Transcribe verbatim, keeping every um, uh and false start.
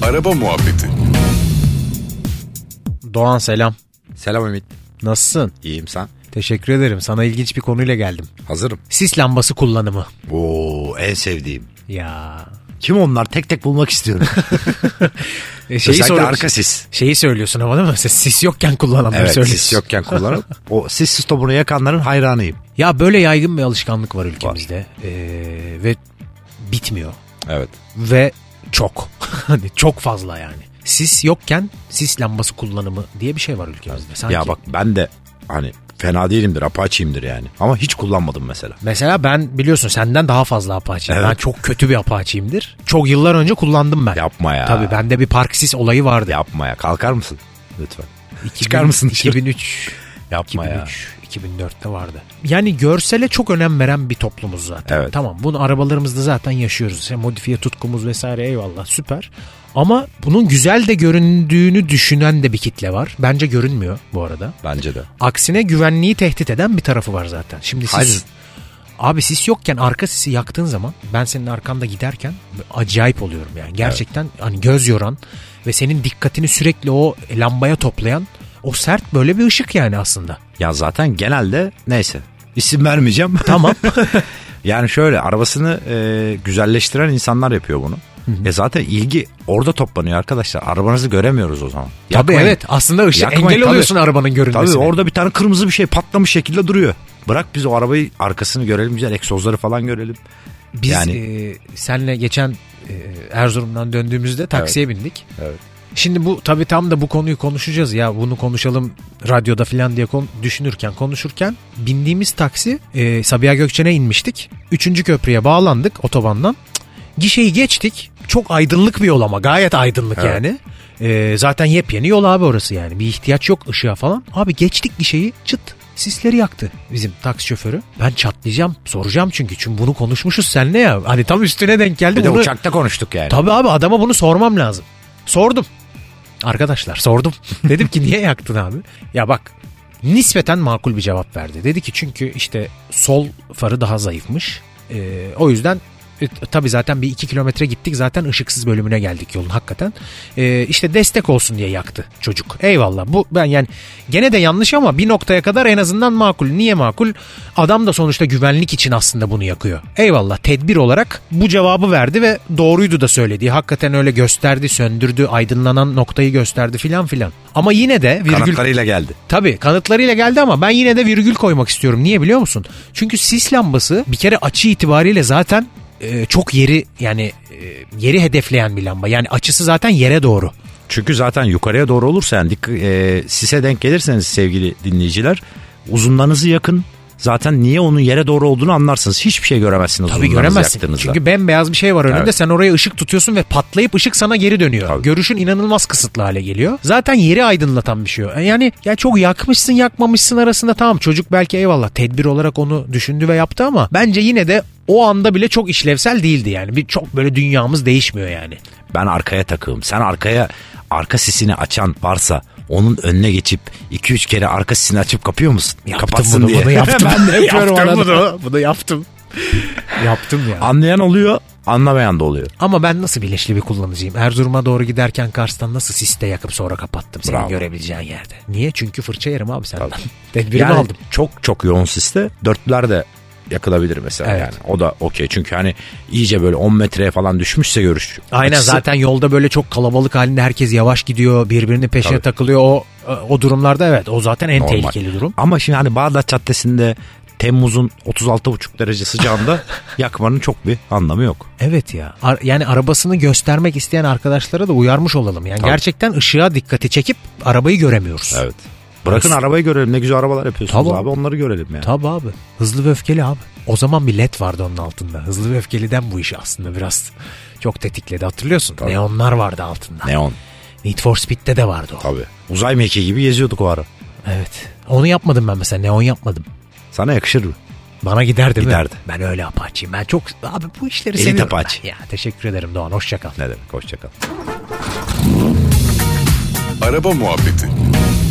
Araba muhabbeti. Doğan selam. Selam Ümit. Nasılsın? İyiyim, sen? Teşekkür ederim. Sana ilginç bir konuyla geldim. Hazırım. Sis lambası kullanımı. Oo, en sevdiğim. Ya. Kim onlar? Tek tek bulmak istiyorum. e şeyi Özellikle sor- arka sis. Şeyi söylüyorsun ama değil mi? Sen sis yokken kullananları Evet, söylüyorsun. sis yokken kullanıp o sis stopunu yakanların hayranıyım. Ya böyle yaygın bir alışkanlık var ülkemizde. Ee, ve bitmiyor. Evet. Ve çok. Hani çok fazla yani. Sis yokken sis lambası kullanımı diye bir şey var ülkemizde. Sanki. Ya bak, ben de hani fena değilimdir, apaçiyimdir yani. Ama hiç kullanmadım mesela. Mesela ben biliyorsun senden daha fazla apaçiyim. Evet. Ben çok kötü bir apaçiyimdir. Çok yıllar önce kullandım ben. Yapma ya. Tabii bende bir park sis olayı vardı. Yapma ya. Kalkar mısın? Lütfen. iki bin, Çıkar mısın? iki bin üç Yapma iki bin ya. üç, iki bin dörtte vardı. Yani görsele çok önem veren bir toplumuz zaten. Evet. Tamam, bunu arabalarımızda zaten yaşıyoruz. İşte modifiye tutkumuz vesaire, eyvallah, süper. Ama bunun güzel de göründüğünü düşünen de bir kitle var. Bence görünmüyor bu arada. Bence de. Aksine güvenliği tehdit eden bir tarafı var zaten. Şimdi siz... Hayır. Abi sis yokken arka sisi yaktığın zaman ben senin arkanda giderken acayip oluyorum yani. Gerçekten evet. Hani göz yoran ve senin dikkatini sürekli o lambaya toplayan o sert böyle bir ışık yani aslında. Ya zaten genelde neyse isim vermeyeceğim. Tamam. Yani şöyle, arabasını e, güzelleştiren insanlar yapıyor bunu. E zaten ilgi orada toplanıyor arkadaşlar. Arabanızı göremiyoruz o zaman. Tabii Yakmayın. evet, aslında ışık Yakmayın, engel tabii. oluyorsun arabanın görünmesine. Tabii orada bir tane kırmızı bir şey patlamış şekilde duruyor. Bırak biz o arabayı, arkasını görelim, güzel egzozları falan görelim. Biz yani... e, senle geçen e, Erzurum'dan döndüğümüzde taksiye evet. bindik. Evet. Şimdi bu tabii tam da bu konuyu konuşacağız ya, bunu konuşalım radyoda falan diye kon- düşünürken konuşurken bindiğimiz taksi e, Sabiha Gökçen'e inmiştik. Üçüncü köprüye bağlandık otobandan. Gişeyi geçtik. Çok aydınlık bir yol ama gayet aydınlık evet. yani. E, zaten yepyeni yol abi orası yani. Bir ihtiyaç yok ışığa falan. Abi geçtik gişeyi, çıt. Sisleri yaktı bizim taksi şoförü. Ben çatlayacağım, soracağım çünkü. Çünkü bunu konuşmuşuz seninle ya. Hani tam üstüne denk geldi. Bir de bunu... uçakta konuştuk yani. Tabii abi, adama bunu sormam lazım. Sordum. Arkadaşlar sordum. Dedim ki niye yaktın abi? Ya bak, nispeten makul bir cevap verdi. Dedi ki çünkü işte sol farı daha zayıfmış. Ee, o yüzden e, tabii zaten bir iki kilometre gittik, zaten ışıksız bölümüne geldik yolun hakikaten. Ee, işte destek olsun diye yaktı çocuk. Eyvallah, bu ben yani gene de yanlış ama bir noktaya kadar en azından makul. Niye makul? Adam da sonuçta güvenlik için aslında bunu yakıyor. Eyvallah, tedbir olarak bu cevabı verdi ve doğruydu da söylediği. Hakikaten öyle gösterdi, söndürdü, aydınlanan noktayı gösterdi filan filan. Ama yine de virgül... Kanıtlarıyla geldi. Tabii kanıtlarıyla geldi ama ben yine de virgül koymak istiyorum. Niye biliyor musun? Çünkü sis lambası bir kere açı itibariyle zaten e, çok yeri yani e, yeri hedefleyen bir lamba. Yani açısı zaten yere doğru. Çünkü zaten yukarıya doğru olursa yani e, sise denk gelirseniz sevgili dinleyiciler, uzunlarınızı yakın. Zaten niye onun yere doğru olduğunu anlarsınız. Hiçbir şey göremezsiniz. Tabii göremezsin. Çünkü bembeyaz bir şey var önünde. Evet. Sen oraya ışık tutuyorsun ve patlayıp ışık sana geri dönüyor. Tabii. Görüşün inanılmaz kısıtlı hale geliyor. Zaten yeri aydınlatan bir şey o. Yani ya çok yakmışsın yakmamışsın arasında, tamam, çocuk belki eyvallah tedbir olarak onu düşündü ve yaptı ama bence yine de o anda bile çok işlevsel değildi yani. Bir çok böyle dünyamız değişmiyor yani. Ben arkaya takığım. Sen arkaya arka sisini açan varsa onun önüne geçip iki üç kere arka sisini açıp kapıyor musun? Yaptım Kapatsın bunu, diye. bunu yaptım. Ben de yapıyorum yaptım bunu. bunu. Bunu yaptım. Yaptım ya. Anlayan oluyor, anlamayan da oluyor. Ama ben nasıl bilinçli bir kullanıcıyım. Erzurum'a doğru giderken Kars'tan nasıl siste yakıp sonra kapattım senin Bravo. görebileceğin yerde. Niye? Çünkü fırça yerim abi senden. Tedbirimi yani aldım. Çok çok yoğun siste dörtlüler de yakılabilir mesela evet. yani. O da okey. Çünkü hani iyice böyle on metreye falan düşmüşse görüş. Aynen açısı... zaten yolda böyle çok kalabalık halinde herkes yavaş gidiyor. Birbirinin peşine Tabii. takılıyor. O o durumlarda evet, o zaten en Normal. tehlikeli durum. Ama şimdi hani Bağdat Caddesi'nde Temmuz'un otuz altı buçuk derece sıcağında yakmanın çok bir anlamı yok. Evet ya. Ar- yani arabasını göstermek isteyen arkadaşlara da uyarmış olalım. Yani Tabii. gerçekten ışığa dikkati çekip arabayı göremiyoruz. Evet. Bırakın Hız... arabayı görelim. Ne güzel arabalar yapıyorsunuz Tabii. abi. Onları görelim yani. Tabii abi. Hızlı ve öfkeli abi. O zaman bir led vardı onun altında. Hızlı ve öfkeliden bu işi aslında biraz çok tetikledi. Hatırlıyorsun. Tabii. Neonlar vardı altında. Neon. Need for Speed'de de vardı o. Tabii. Uzay mekiği gibi geziyorduk o ara. Evet. Onu yapmadım ben mesela. Neon yapmadım. Sana yakışır mı? Bana gider değil Giderdi. mi? Ben öyle apaçıyım. Ben çok abi bu işleri Elit seviyorum. apaçı. Ya teşekkür ederim Doğan. Hoşça kal. Ne demek? Hoşça kal. Araba muhabbeti.